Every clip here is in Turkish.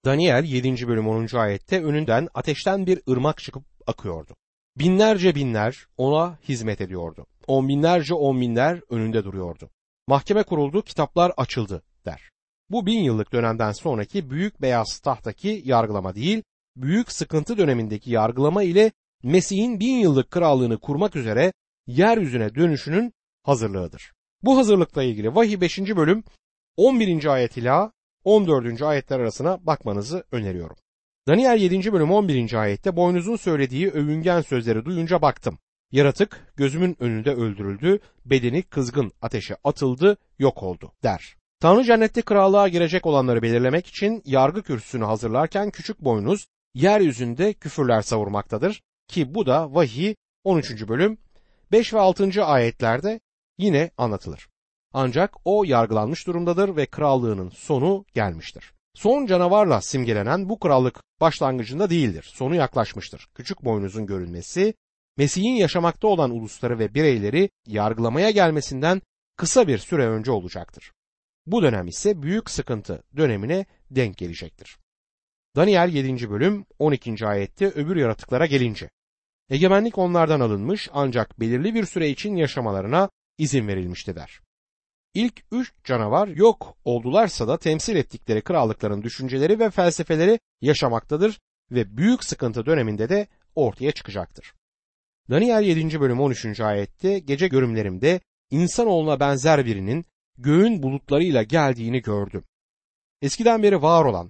Daniel 7. bölüm 10. ayette önünden ateşten bir ırmak çıkıp akıyordu. Binlerce binler ona hizmet ediyordu. On binler önünde duruyordu. Mahkeme kuruldu, kitaplar açıldı der. Bu 1000 yıllık dönemden sonraki büyük beyaz tahttaki yargılama değil, büyük sıkıntı dönemindeki yargılama ile Mesih'in 1000 yıllık krallığını kurmak üzere yeryüzüne dönüşünün hazırlığıdır. Bu hazırlıkla ilgili Vahiy 5. bölüm 11. ayet ila 14. ayetler arasına bakmanızı öneriyorum. Daniel 7. bölüm 11. ayette boynuzun söylediği övüngen sözleri duyunca baktım. Yaratık gözümün önünde öldürüldü, bedeni kızgın ateşe atıldı, yok oldu der. Tanrı cennette krallığa girecek olanları belirlemek için yargı kürsüsünü hazırlarken küçük boynuz yeryüzünde küfürler savurmaktadır ki bu da Vahiy 13. bölüm 5 ve 6. ayetlerde yine anlatılır. Ancak o yargılanmış durumdadır ve krallığının sonu gelmiştir. Son canavarla simgelenen bu krallık başlangıcında değildir, sonu yaklaşmıştır. Küçük boynuzun görülmesi, Mesih'in yaşamakta olan ulusları ve bireyleri yargılamaya gelmesinden kısa bir süre önce olacaktır. Bu dönem ise büyük sıkıntı dönemine denk gelecektir. Daniel 7. bölüm 12. ayette öbür yaratıklara gelince, egemenlik onlardan alınmış ancak belirli bir süre için yaşamalarına izin verilmişti der. İlk 3 canavar yok oldularsa da temsil ettikleri krallıkların düşünceleri ve felsefeleri yaşamaktadır ve büyük sıkıntı döneminde de ortaya çıkacaktır. Daniel 7. bölüm 13. ayette gece görümlerimde insanoğluna benzer birinin göğün bulutlarıyla geldiğini gördüm. Eskiden beri var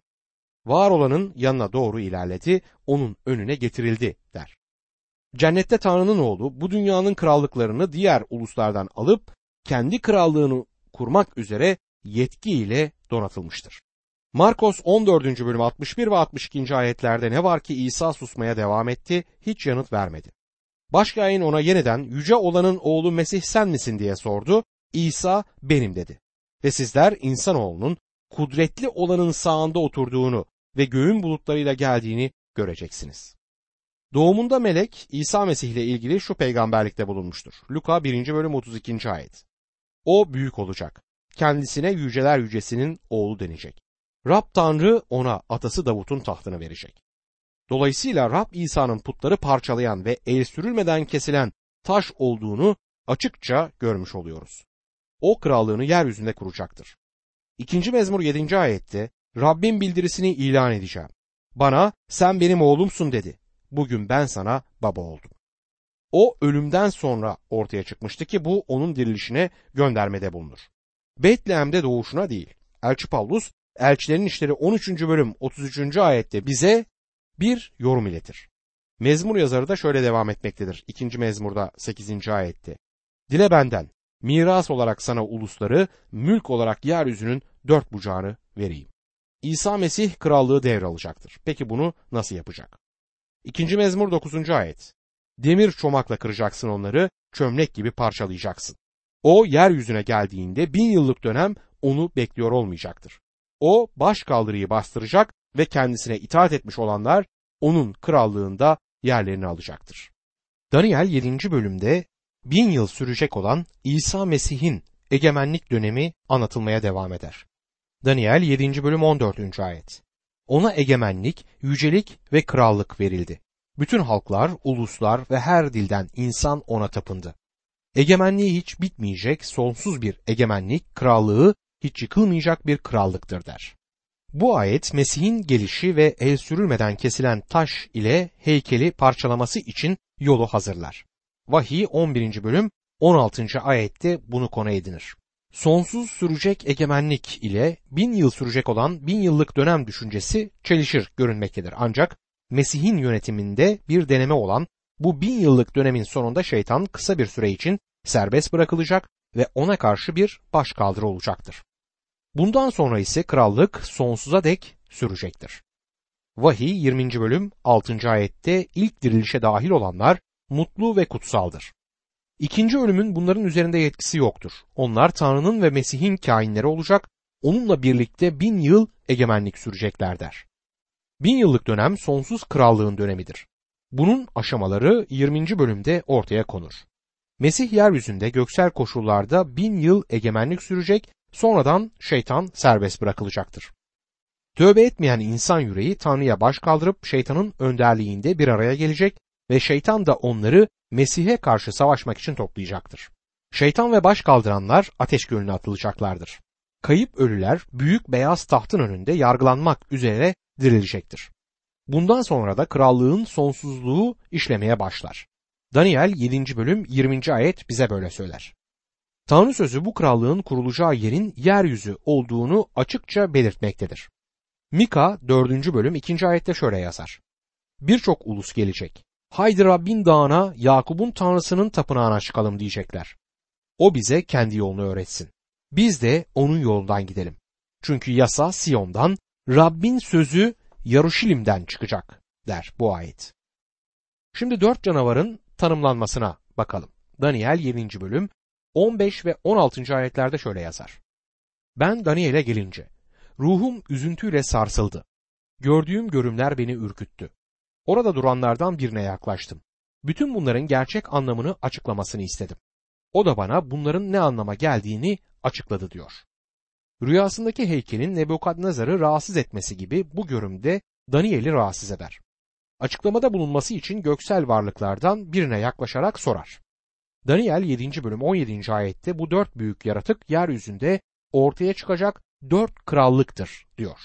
olanın yanına doğru ilerledi, onun önüne getirildi der. Cennette Tanrı'nın oğlu bu dünyanın krallıklarını diğer uluslardan alıp kendi krallığını kurmak üzere yetkiyle donatılmıştır. Markos 14. bölüm 61 ve 62. ayetlerde ne var ki İsa susmaya devam etti, hiç yanıt vermedi. Başkâhin ona yeniden yüce olanın oğlu Mesih sen misin diye sordu. İsa benim dedi. Ve sizler insanoğlunun kudretli olanın sağında oturduğunu ve göğün bulutlarıyla geldiğini göreceksiniz. Doğumunda melek İsa Mesih ile ilgili şu peygamberlikte bulunmuştur. Luka 1. bölüm 32. ayet. O büyük olacak. Kendisine yüceler yücesinin oğlu denecek. Rab Tanrı ona atası Davut'un tahtını verecek. Dolayısıyla Rab İsa'nın putları parçalayan ve el sürülmeden kesilen taş olduğunu açıkça görmüş oluyoruz. O krallığını yeryüzünde kuracaktır. 2. Mezmur 7. ayette Rabbin bildirisini ilan edeceğim. Bana sen benim oğlumsun dedi. Bugün ben sana baba oldum. O ölümden sonra ortaya çıkmıştı ki bu onun dirilişine göndermede bulunur. Betlehem'de doğuşuna değil. Elçi Pavlus Elçilerin İşleri 13. bölüm 33. ayette bize bir yorum iletir. Mezmur yazarı da şöyle devam etmektedir. 2. mezmurda 8. ayette. Dile benden, miras olarak sana ulusları, mülk olarak yeryüzünün dört bucağını vereyim. İsa Mesih krallığı devralacaktır. Peki bunu nasıl yapacak? 2. mezmur 9. ayet. Demir çomakla kıracaksın onları, çömlek gibi parçalayacaksın. O yeryüzüne geldiğinde 1000 yıllık dönem onu bekliyor olmayacaktır. O başkaldırıyı bastıracak ve kendisine itaat etmiş olanlar onun krallığında yerlerini alacaktır. Daniel 7. bölümde 1000 yıl sürecek olan İsa Mesih'in egemenlik dönemi anlatılmaya devam eder. Daniel 7. bölüm 14. ayet. Ona egemenlik, yücelik ve krallık verildi. Bütün halklar, uluslar ve her dilden insan ona tapındı. Egemenliği hiç bitmeyecek, sonsuz bir egemenlik, krallığı hiç yıkılmayacak bir krallıktır der. Bu ayet Mesih'in gelişi ve el sürülmeden kesilen taş ile heykeli parçalaması için yolu hazırlar. Vahiy 11. bölüm 16. ayette bunu konu edinir. Sonsuz sürecek egemenlik ile 1000 yıl sürecek olan 1000 yıllık dönem düşüncesi çelişir görünmektedir. Ancak Mesih'in yönetiminde bir deneme olan bu 1000 yıllık dönemin sonunda şeytan kısa bir süre için serbest bırakılacak ve ona karşı bir başkaldırı olacaktır. Bundan sonra ise krallık sonsuza dek sürecektir. Vahiy 20. bölüm 6. ayette ilk dirilişe dahil olanlar mutlu ve kutsaldır. İkinci ölümün bunların üzerinde yetkisi yoktur. Onlar Tanrı'nın ve Mesih'in kâhinleri olacak, onunla birlikte 1000 yıl egemenlik sürecekler der. 1000 yıllık dönem sonsuz krallığın dönemidir. Bunun aşamaları 20. bölümde ortaya konur. Mesih yeryüzünde göksel koşullarda 1000 yıl egemenlik sürecek, sonradan şeytan serbest bırakılacaktır. Tövbe etmeyen insan yüreği Tanrı'ya baş kaldırıp şeytanın önderliğinde bir araya gelecek ve şeytan da onları Mesih'e karşı savaşmak için toplayacaktır. Şeytan ve baş kaldıranlar ateş gölüne atılacaklardır. Kayıp ölüler büyük beyaz tahtın önünde yargılanmak üzere dirilecektir. Bundan sonra da krallığın sonsuzluğu işlemeye başlar. Daniel 7. bölüm 20. ayet bize böyle söyler. Tanrı sözü bu krallığın kurulacağı yerin yeryüzü olduğunu açıkça belirtmektedir. Mika 4. bölüm 2. ayette şöyle yazar. Birçok ulus gelecek. Haydi Rabbin dağına, Yakup'un Tanrısının tapınağına çıkalım diyecekler. O bize kendi yolunu öğretsin. Biz de onun yolundan gidelim. Çünkü yasa Siyon'dan, Rabbin sözü Yaruşilim'den çıkacak der bu ayet. Şimdi 4 canavarın tanımlanmasına bakalım. Daniel 7. bölüm 15 ve 16. ayetlerde şöyle yazar. Ben Daniel'e gelince, ruhum üzüntüyle sarsıldı. Gördüğüm görümler beni ürküttü. Orada duranlardan birine yaklaştım. Bütün bunların gerçek anlamını açıklamasını istedim. O da bana bunların ne anlama geldiğini açıkladı diyor. Rüyasındaki heykelin Nebukadnezar'ı rahatsız etmesi gibi bu görümde Daniel'i rahatsız eder. Açıklamada bulunması için göksel varlıklardan birine yaklaşarak sorar. Daniel 7. bölüm 17. ayette bu 4 büyük yaratık yeryüzünde ortaya çıkacak 4 krallıktır diyor.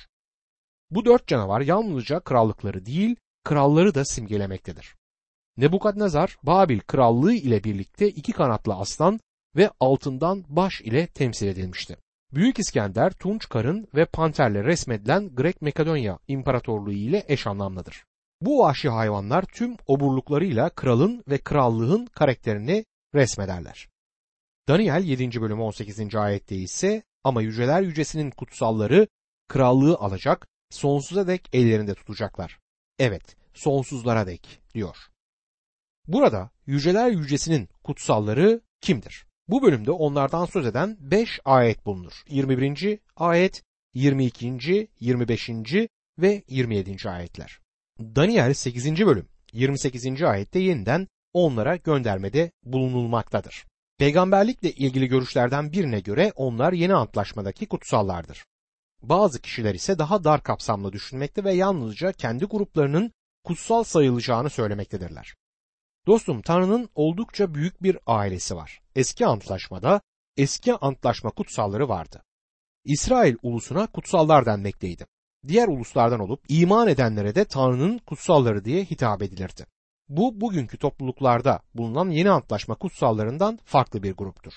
Bu 4 canavar yalnızca krallıkları değil, kralları da simgelemektedir. Nebukadnezar, Babil krallığı ile birlikte 2 kanatlı aslan ve altından baş ile temsil edilmişti. Büyük İskender, tunç karın ve panterle resmedilen Grek Makedonya İmparatorluğu ile eş anlamlıdır. Bu vahşi hayvanlar tüm oburluklarıyla kralın ve krallığın karakterini resmederler. Daniel 7. bölüm 18. ayette ise ama yüceler yücesinin kutsalları krallığı alacak, sonsuza dek ellerinde tutacaklar. Evet, sonsuzlara dek diyor. Burada yüceler yücesinin kutsalları kimdir? Bu bölümde onlardan söz eden 5 ayet bulunur. 21. ayet, 22. 25. ve 27. ayetler. Daniel 8. bölüm 28. ayette yeniden onlara göndermede bulunulmaktadır. Peygamberlikle ilgili görüşlerden birine göre onlar yeni antlaşmadaki kutsallardır. Bazı kişiler ise daha dar kapsamlı düşünmekte ve yalnızca kendi gruplarının kutsal sayılacağını söylemektedirler. Dostum, Tanrı'nın oldukça büyük bir ailesi var. Eski antlaşmada eski antlaşma kutsalları vardı. İsrail ulusuna kutsallar denmekteydi. Diğer uluslardan olup iman edenlere de Tanrı'nın kutsalları diye hitap edilirdi. Bu bugünkü topluluklarda bulunan yeni antlaşma kutsallarından farklı bir gruptur.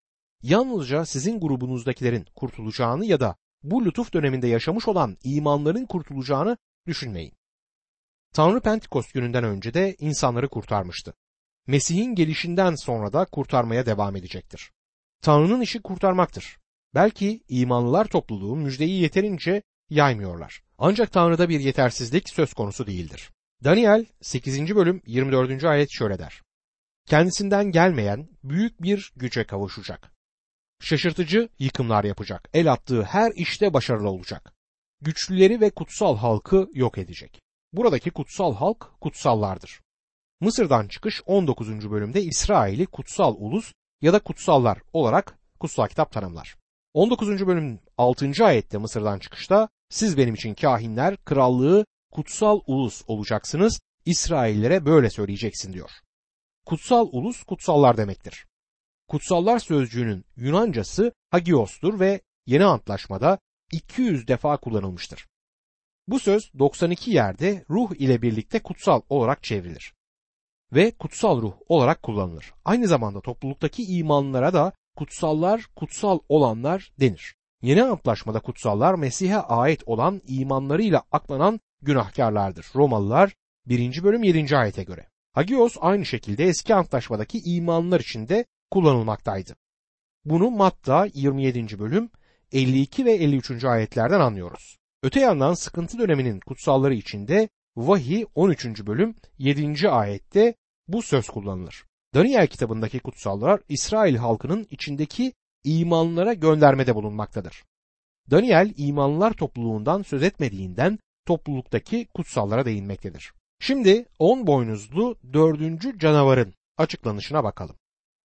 Yalnızca sizin grubunuzdakilerin kurtulacağını ya da bu lütuf döneminde yaşamış olan imanların kurtulacağını düşünmeyin. Tanrı Pentekost gününden önce de insanları kurtarmıştı. Mesih'in gelişinden sonra da kurtarmaya devam edecektir. Tanrı'nın işi kurtarmaktır. Belki imanlılar topluluğu müjdeyi yeterince yaymıyorlar. Ancak Tanrı'da bir yetersizlik söz konusu değildir. Daniel 8. bölüm 24. ayet şöyle der. Kendisinden gelmeyen büyük bir güce kavuşacak. Şaşırtıcı yıkımlar yapacak. El attığı her işte başarılı olacak. Güçlüleri ve kutsal halkı yok edecek. Buradaki kutsal halk kutsallardır. Mısır'dan çıkış 19. bölümde İsrail'i kutsal ulus ya da kutsallar olarak kutsal kitap tanımlar. 19. bölümün 6. ayette Mısır'dan çıkışta siz benim için kahinler, krallığı, kutsal ulus olacaksınız, İsraillere böyle söyleyeceksin diyor. Kutsal ulus kutsallar demektir. Kutsallar sözcüğünün Yunancası hagios'tur ve Yeni Antlaşmada 200 defa kullanılmıştır. Bu söz 92 yerde ruh ile birlikte kutsal olarak çevrilir ve kutsal ruh olarak kullanılır. Aynı zamanda topluluktaki imanlara da kutsallar, kutsal olanlar denir. Yeni Antlaşmada kutsallar Mesih'e ait olan imanlarıyla aklanan günahkarlardır. Romalılar 1. bölüm 7. ayete göre. Hagios aynı şekilde eski antlaşmadaki imanlar için de kullanılmaktaydı. Bunu Matta 27. bölüm 52 ve 53. ayetlerden anlıyoruz. Öte yandan sıkıntı döneminin kutsalları içinde Vahiy 13. bölüm 7. ayette bu söz kullanılır. Daniel kitabındaki kutsallar İsrail halkının içindeki imanlara göndermede bulunmaktadır. Daniel imanlılar topluluğundan söz etmediğinden topluluktaki kutsallara değinmektedir. Şimdi 10 boynuzlu 4. canavarın açıklanışına bakalım.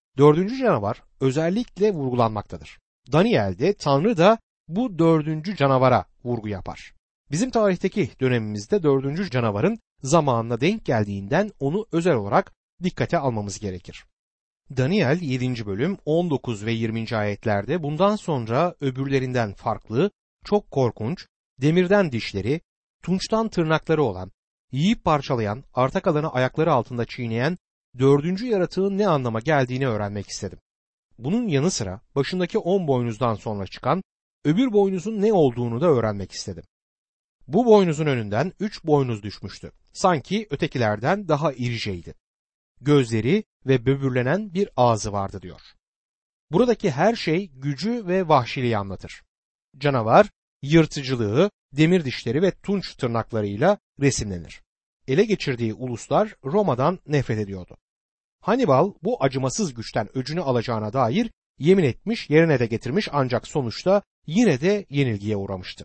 4. canavar özellikle vurgulanmaktadır. Daniel'de Tanrı da bu 4. canavara vurgu yapar. Bizim tarihteki dönemimizde 4. canavarın zamanına denk geldiğinden onu özel olarak dikkate almamız gerekir. Daniel 7. bölüm 19 ve 20. ayetlerde bundan sonra öbürlerinden farklı, çok korkunç, demirden dişleri, tunçtan tırnakları olan, yiyip parçalayan, arta kalanı ayakları altında çiğneyen 4. yaratığın ne anlama geldiğini öğrenmek istedim. Bunun yanı sıra başındaki 10 boynuzdan sonra çıkan öbür boynuzun ne olduğunu da öğrenmek istedim. Bu boynuzun önünden 3 boynuz düşmüştü. Sanki ötekilerden daha iriceydi. Gözleri ve böbürlenen bir ağzı vardı diyor. Buradaki her şey gücü ve vahşiliği anlatır. Canavar, yırtıcılığı, demir dişleri ve tunç tırnaklarıyla resimlenir. Ele geçirdiği uluslar Roma'dan nefret ediyordu. Hannibal bu acımasız güçten öcünü alacağına dair yemin etmiş, yerine de getirmiş ancak sonuçta yine de yenilgiye uğramıştı.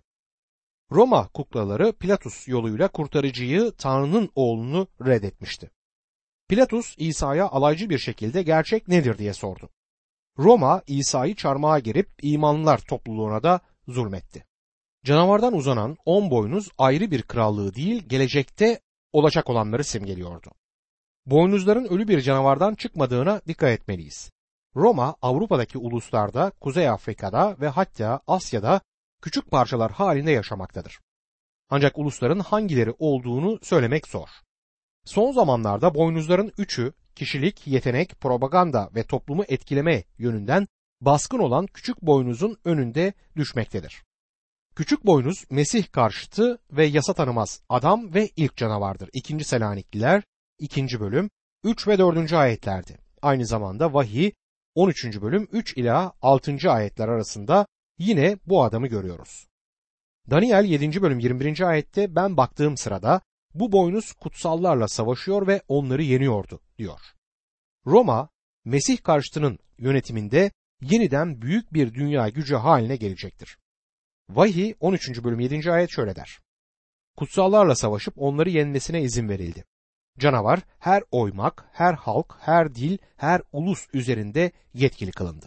Roma kuklaları Pilatus yoluyla kurtarıcıyı Tanrı'nın oğlunu reddetmişti. Pilatus İsa'ya alaycı bir şekilde gerçek nedir diye sordu. Roma İsa'yı çarmıha gerip imanlılar topluluğuna da zulmetti. Canavardan uzanan 10 boynuz ayrı bir krallığı değil, gelecekte olacak olanları simgeliyordu. Boynuzların ölü bir canavardan çıkmadığına dikkat etmeliyiz. Roma Avrupa'daki uluslarda, Kuzey Afrika'da ve hatta Asya'da küçük parçalar halinde yaşamaktadır. Ancak ulusların hangileri olduğunu söylemek zor. Son zamanlarda boynuzların üçü kişilik, yetenek, propaganda ve toplumu etkileme yönünden baskın olan küçük boynuzun önünde düşmektedir. Küçük boynuz Mesih karşıtı ve yasa tanımaz adam ve ilk canavardır. 2. Selanikliler 2. bölüm 3 ve 4. ayetlerdi. Aynı zamanda Vahiy 13. bölüm 3 ila 6. ayetler arasında yine bu adamı görüyoruz. Daniel 7. bölüm 21. ayette ben baktığım sırada bu boynuz kutsallarla savaşıyor ve onları yeniyordu diyor. Roma, Mesih karşıtının yönetiminde yeniden büyük bir dünya gücü haline gelecektir. Vahiy 13. bölüm 7. ayet şöyle der. Kutsallarla savaşıp onları yenmesine izin verildi. Canavar her oymak, her halk, her dil, her ulus üzerinde yetkili kılındı.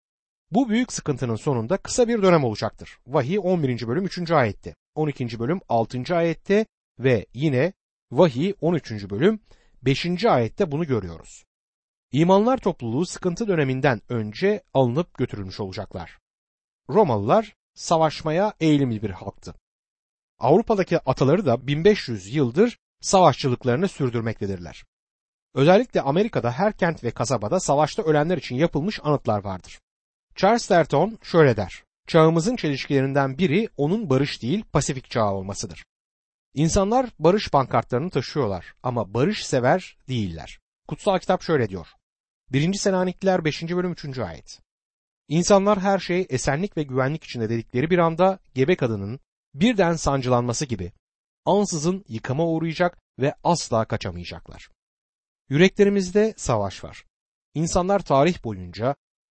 Bu büyük sıkıntının sonunda kısa bir dönem olacaktır. Vahiy 11. bölüm 3. ayette, 12. bölüm 6. ayette ve yine Vahiy 13. bölüm 5. ayette bunu görüyoruz. İmanlar topluluğu sıkıntı döneminden önce alınıp götürülmüş olacaklar. Romalılar savaşmaya eğilimli bir halktı. Avrupa'daki ataları da 1500 yıldır savaşçılıklarını sürdürmektedirler. Özellikle Amerika'da her kent ve kasabada savaşta ölenler için yapılmış anıtlar vardır. Charles Terton şöyle der, çağımızın çelişkilerinden biri onun barış değil Pasifik çağı olmasıdır. İnsanlar barış pankartlarını taşıyorlar ama barış sever değiller. Kutsal kitap şöyle diyor. 1. Selanikliler 5. bölüm 3. ayet. İnsanlar her şey esenlik ve güvenlik içinde dedikleri bir anda gebe kadının birden sancılanması gibi ansızın yıkama uğrayacak ve asla kaçamayacaklar. Yüreklerimizde savaş var. İnsanlar tarih boyunca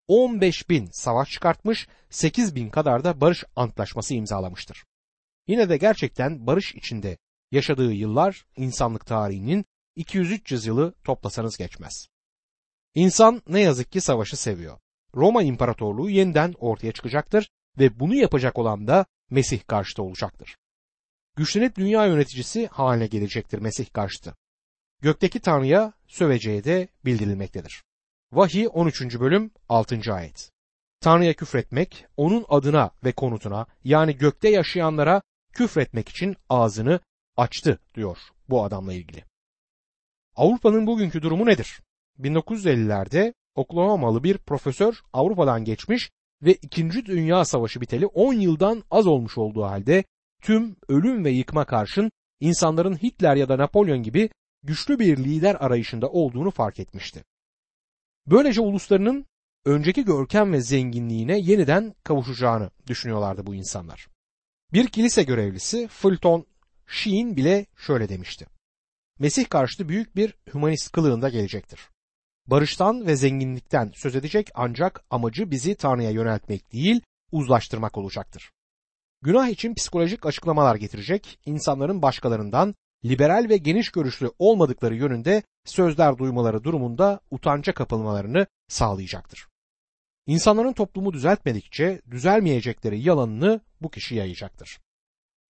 15.000 savaş çıkartmış, 8.000 kadar da barış antlaşması imzalamıştır. Yine de gerçekten barış içinde yaşadığı yıllar insanlık tarihinin 200-300 yılı toplasanız geçmez. İnsan ne yazık ki savaşı seviyor. Roma İmparatorluğu yeniden ortaya çıkacaktır ve bunu yapacak olan da Mesih karşıtı olacaktır. Güçlenip dünya yöneticisi haline gelecektir Mesih karşıtı. Gökteki Tanrı'ya söveceği de bildirilmektedir. Vahiy 13. bölüm 6. ayet. Tanrı'ya küfretmek, onun adına ve konutuna yani gökte yaşayanlara küfretmek için ağzını açtı diyor bu adamla ilgili. Avrupa'nın bugünkü durumu nedir? 1950'lerde Oklahoma'lı bir profesör Avrupa'dan geçmiş ve 2. Dünya Savaşı biteli 10 yıldan az olmuş olduğu halde tüm ölüm ve yıkma karşın insanların Hitler ya da Napolyon gibi güçlü bir lider arayışında olduğunu fark etmişti. Böylece uluslarının önceki görkem ve zenginliğine yeniden kavuşacağını düşünüyorlardı bu insanlar. Bir kilise görevlisi Fulton Sheen bile şöyle demişti. Mesih karşıtı büyük bir hümanist kılığında gelecektir. Barıştan ve zenginlikten söz edecek ancak amacı bizi Tanrı'ya yöneltmek değil, uzlaştırmak olacaktır. Günah için psikolojik açıklamalar getirecek, insanların başkalarından liberal ve geniş görüşlü olmadıkları yönünde sözler duymaları durumunda utanca kapılmalarını sağlayacaktır. İnsanların toplumu düzeltmedikçe düzelmeyecekleri yalanını bu kişi yayacaktır.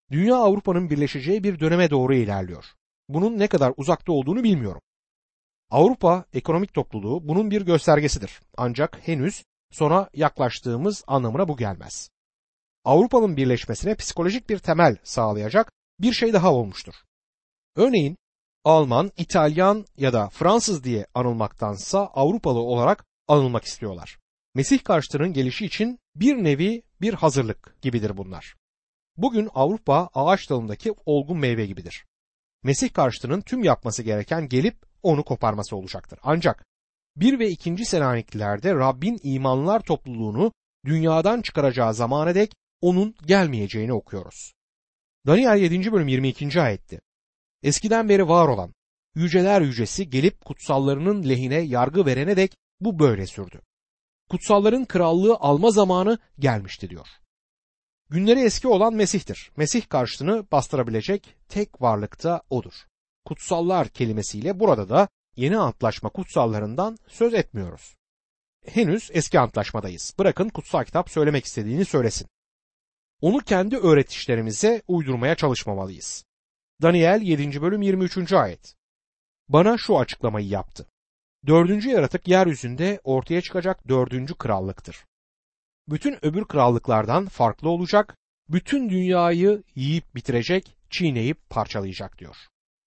Dünya Avrupa'nın birleşeceği bir döneme doğru ilerliyor. Bunun ne kadar uzakta olduğunu bilmiyorum. Avrupa ekonomik topluluğu bunun bir göstergesidir. Ancak henüz sona yaklaştığımız anlamına bu gelmez. Avrupa'nın birleşmesine psikolojik bir temel sağlayacak bir şey daha olmuştur. Örneğin Alman, İtalyan ya da Fransız diye anılmaktansa Avrupalı olarak anılmak istiyorlar. Mesih karşıtının gelişi için bir nevi bir hazırlık gibidir bunlar. Bugün Avrupa ağaç dalındaki olgun meyve gibidir. Mesih karşıtının tüm yapması gereken gelip onu koparması olacaktır. Ancak 1 ve 2. Selanikliler'de Rabbin imanlılar topluluğunu dünyadan çıkaracağı zamana dek onun gelmeyeceğini okuyoruz. Daniel 7. bölüm 22. ayetti. Eskiden beri var olan yüceler yücesi gelip kutsallarının lehine yargı verene dek bu böyle sürdü. Kutsalların krallığı alma zamanı gelmişti diyor. Günleri eski olan Mesih'tir. Mesih karşıtını bastırabilecek tek varlık da odur. Kutsallar kelimesiyle burada da yeni antlaşma kutsallarından söz etmiyoruz. Henüz eski antlaşmadayız. Bırakın kutsal kitap söylemek istediğini söylesin. Onu kendi öğretişlerimize uydurmaya çalışmamalıyız. Daniel 7. bölüm 23. ayet. Bana şu açıklamayı yaptı. 4. yaratık yeryüzünde ortaya çıkacak 4. krallıktır. Bütün öbür krallıklardan farklı olacak, bütün dünyayı yiyip bitirecek, çiğneyip parçalayacak diyor.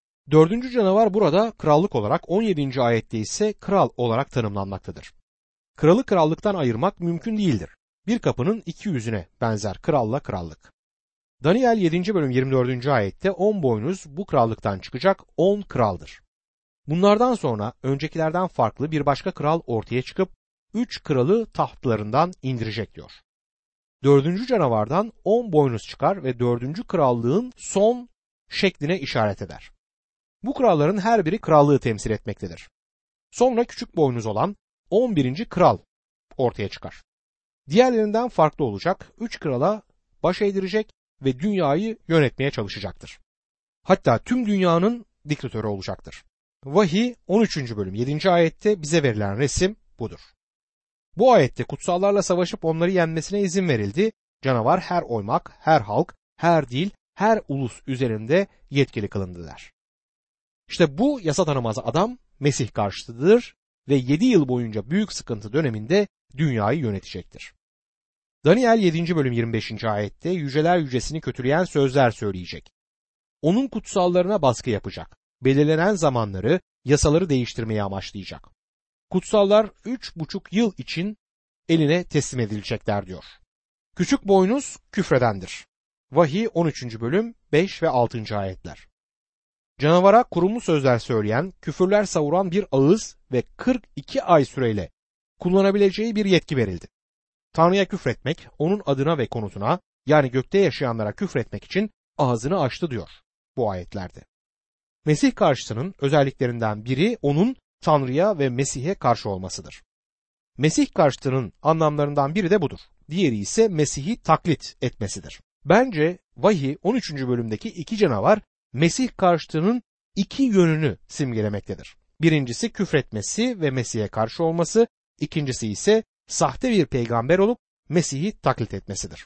4. canavar burada krallık olarak, 17. ayette ise kral olarak tanımlanmaktadır. Kralı krallıktan ayırmak mümkün değildir. Bir kapının iki yüzüne benzer kralla krallık. Daniel 7. bölüm 24. ayette 10 boynuz bu krallıktan çıkacak 10 kraldır. Bunlardan sonra öncekilerden farklı bir başka kral ortaya çıkıp 3 kralı tahtlarından indirecek diyor. 4. canavardan 10 boynuz çıkar ve 4. krallığın son şekline işaret eder. Bu kralların her biri krallığı temsil etmektedir. Sonra küçük boynuz olan 11. kral ortaya çıkar. Diğerlerinden farklı olacak, 3 krala baş eğdirecek ve dünyayı yönetmeye çalışacaktır. Hatta tüm dünyanın diktatörü olacaktır. Vahiy 13. bölüm 7. ayette bize verilen resim budur. Bu ayette kutsallarla savaşıp onları yenmesine izin verildi. Canavar her oymak, her halk, her dil, her ulus üzerinde yetkili kılındılar. İşte bu yasa tanımaz adam Mesih karşıtıdır ve 7 yıl boyunca büyük sıkıntı döneminde dünyayı yönetecektir. Daniel 7. bölüm 25. ayette yüceler yücesini kötüleyen sözler söyleyecek. Onun kutsallarına baskı yapacak. Belirlenen zamanları, yasaları değiştirmeyi amaçlayacak. Kutsallar 3,5 yıl için eline teslim edilecekler diyor. Küçük boynuz küfredendir. Vahiy 13. bölüm 5 ve 6. ayetler. Canavara kurumlu sözler söyleyen, küfürler savuran bir ağız ve 42 ay süreyle kullanabileceği bir yetki verildi. Tanrı'ya küfretmek, onun adına ve konutuna, yani gökte yaşayanlara küfretmek için ağzını açtı diyor bu ayetlerde. Mesih karşıtının özelliklerinden biri onun Tanrı'ya ve Mesih'e karşı olmasıdır. Mesih karşıtının anlamlarından biri de budur. Diğeri ise Mesih'i taklit etmesidir. Bence Vahiy 13. bölümdeki iki canavar Mesih karşıtının iki yönünü simgelemektedir. Birincisi küfretmesi ve Mesih'e karşı olması, ikincisi ise sahte bir peygamber olup Mesih'i taklit etmesidir.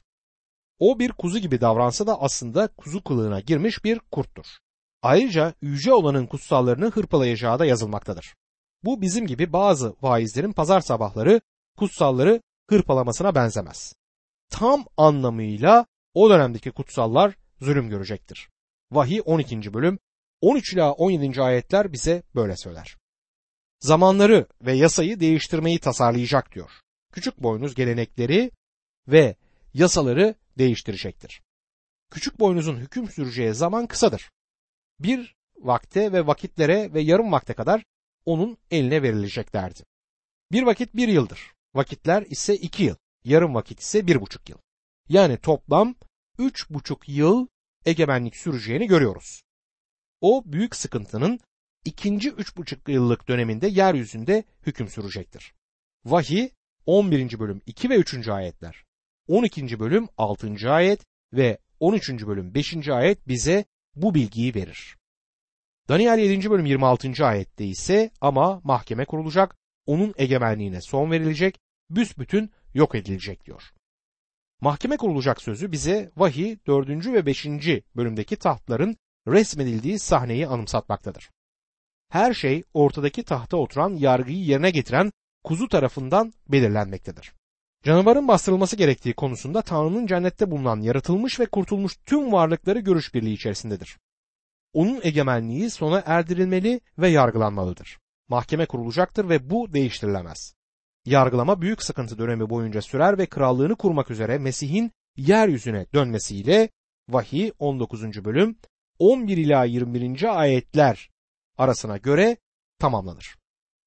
O bir kuzu gibi davransa da aslında kuzu kılığına girmiş bir kurttur. Ayrıca yüce olanın kutsallarını hırpalayacağı da yazılmaktadır. Bu bizim gibi bazı vaizlerin pazar sabahları kutsalları hırpalamasına benzemez. Tam anlamıyla o dönemdeki kutsallar zulüm görecektir. Vahiy 12. bölüm 13 ila 17. ayetler bize böyle söyler. Zamanları ve yasayı değiştirmeyi tasarlayacak diyor. Küçük boynuz gelenekleri ve yasaları değiştirecektir. Küçük boynuzun hüküm süreceği zaman kısadır. Bir vakte ve vakitlere ve yarım vakte kadar onun eline verileceklerdi. Bir vakit 1 yıldır. Vakitler ise 2 yıl. Yarım vakit ise 1,5 yıl. Yani toplam 3,5 yıl egemenlik süreceğini görüyoruz. O büyük sıkıntının ikinci 3,5 yıllık döneminde yeryüzünde hüküm sürecektir. Vahiy 11. bölüm 2 ve 3. ayetler, 12. bölüm 6. ayet ve 13. bölüm 5. ayet bize bu bilgiyi verir. Daniel 7. bölüm 26. ayette ise ama mahkeme kurulacak, onun egemenliğine son verilecek, büsbütün yok edilecek diyor. Mahkeme kurulacak sözü bize Vahiy 4. ve 5. bölümdeki tahtların resmedildiği sahneyi anımsatmaktadır. Her şey ortadaki tahta oturan yargıyı yerine getiren kuzu tarafından belirlenmektedir. Canavarın bastırılması gerektiği konusunda Tanrı'nın cennette bulunan yaratılmış ve kurtulmuş tüm varlıkları görüş birliği içerisindedir. Onun egemenliği sona erdirilmeli ve yargılanmalıdır. Mahkeme kurulacaktır ve bu değiştirilemez. Yargılama büyük sıkıntı dönemi boyunca sürer ve krallığını kurmak üzere Mesih'in yeryüzüne dönmesiyle Vahiy 19. bölüm 11 ila 21. ayetler arasına göre tamamlanır.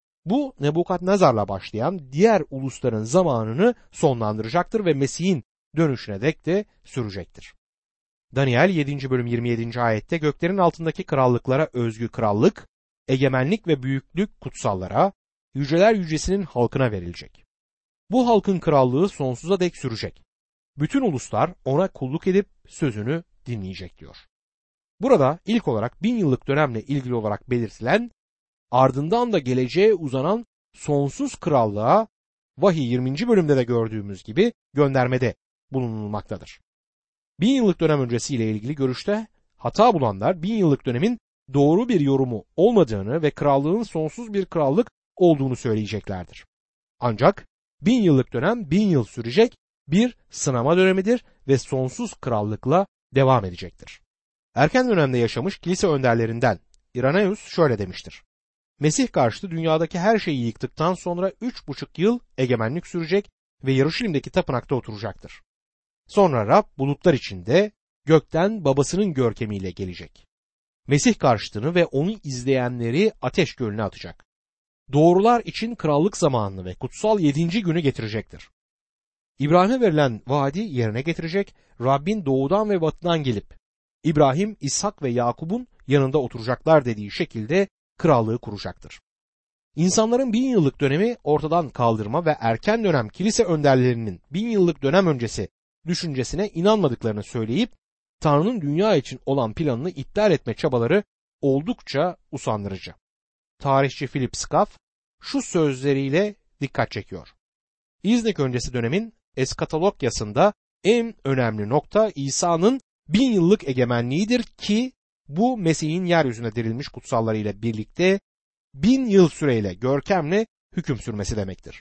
Bu Nebukadnezar'la başlayan diğer ulusların zamanını sonlandıracaktır ve Mesih'in dönüşüne dek de sürecektir. Daniel 7. bölüm 27. ayette göklerin altındaki krallıklara özgü krallık, egemenlik ve büyüklük kutsallara, yüceler yücesinin halkına verilecek. Bu halkın krallığı sonsuza dek sürecek. Bütün uluslar ona kulluk edip sözünü dinleyecek diyor. Burada ilk olarak 1000 yıllık dönemle ilgili olarak belirtilen, ardından da geleceğe uzanan sonsuz krallığa Vahiy 20. bölümde de gördüğümüz gibi göndermede bulunulmaktadır. 1000 yıllık dönem öncesiyle ilgili görüşte hata bulanlar 1000 yıllık dönemin doğru bir yorumu olmadığını ve krallığın sonsuz bir krallık olduğunu söyleyeceklerdir. Ancak 1000 yıllık dönem 1000 yıl sürecek bir sınama dönemidir ve sonsuz krallıkla devam edecektir. Erken dönemde yaşamış kilise önderlerinden İrenaeus şöyle demiştir. Mesih karşıtı dünyadaki her şeyi yıktıktan sonra 3,5 yıl egemenlik sürecek ve Yeruşalim'deki tapınakta oturacaktır. Sonra Rab bulutlar içinde gökten babasının görkemiyle gelecek. Mesih karşıtını ve onu izleyenleri ateş gölüne atacak. Doğrular için krallık zamanını ve kutsal 7. günü getirecektir. İbrahim'e verilen vaadi yerine getirecek, Rabbin doğudan ve batıdan gelip İbrahim, İshak ve Yakub'un yanında oturacaklar dediği şekilde krallığı kuracaktır. İnsanların 1000 yıllık dönemi ortadan kaldırma ve erken dönem kilise önderlerinin 1000 yıllık dönem öncesi düşüncesine inanmadıklarını söyleyip Tanrı'nın dünya için olan planını iptal etme çabaları oldukça usandırıcı. Tarihçi Philip Schaff şu sözleriyle dikkat çekiyor. İznik öncesi dönemin eskatologyasında en önemli nokta İsa'nın 1000 yıllık egemenliğidir ki bu Mesih'in yeryüzüne dirilmiş kutsallarıyla birlikte 1000 yıl süreyle görkemle hüküm sürmesi demektir.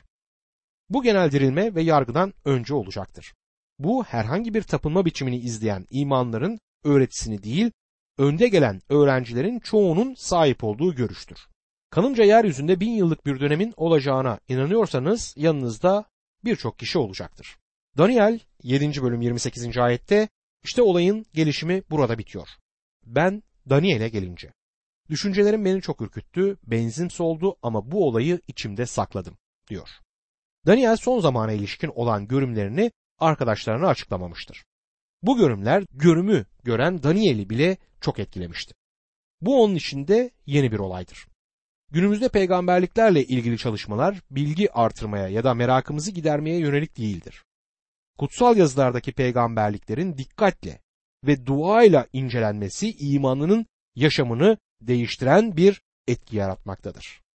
Bu genel dirilme ve yargıdan önce olacaktır. Bu herhangi bir tapınma biçimini izleyen imanların öğretisini değil, önde gelen öğrencilerin çoğunun sahip olduğu görüştür. Kanımca yeryüzünde 1000 yıllık bir dönemin olacağına inanıyorsanız yanınızda birçok kişi olacaktır. Daniel 7. bölüm 28. ayette işte olayın gelişimi burada bitiyor. Ben Daniel'e gelince. Düşüncelerim beni çok ürküttü, benzin soldu ama bu olayı içimde sakladım diyor. Daniel son zamana ilişkin olan görümlerini arkadaşlarına açıklamamıştır. Bu görümler görümü gören Daniel'i bile çok etkilemişti. Bu onun için de yeni bir olaydır. Günümüzde peygamberliklerle ilgili çalışmalar bilgi artırmaya ya da merakımızı gidermeye yönelik değildir. Kutsal yazılardaki peygamberliklerin dikkatle ve duayla incelenmesi imanının yaşamını değiştiren bir etki yaratmaktadır.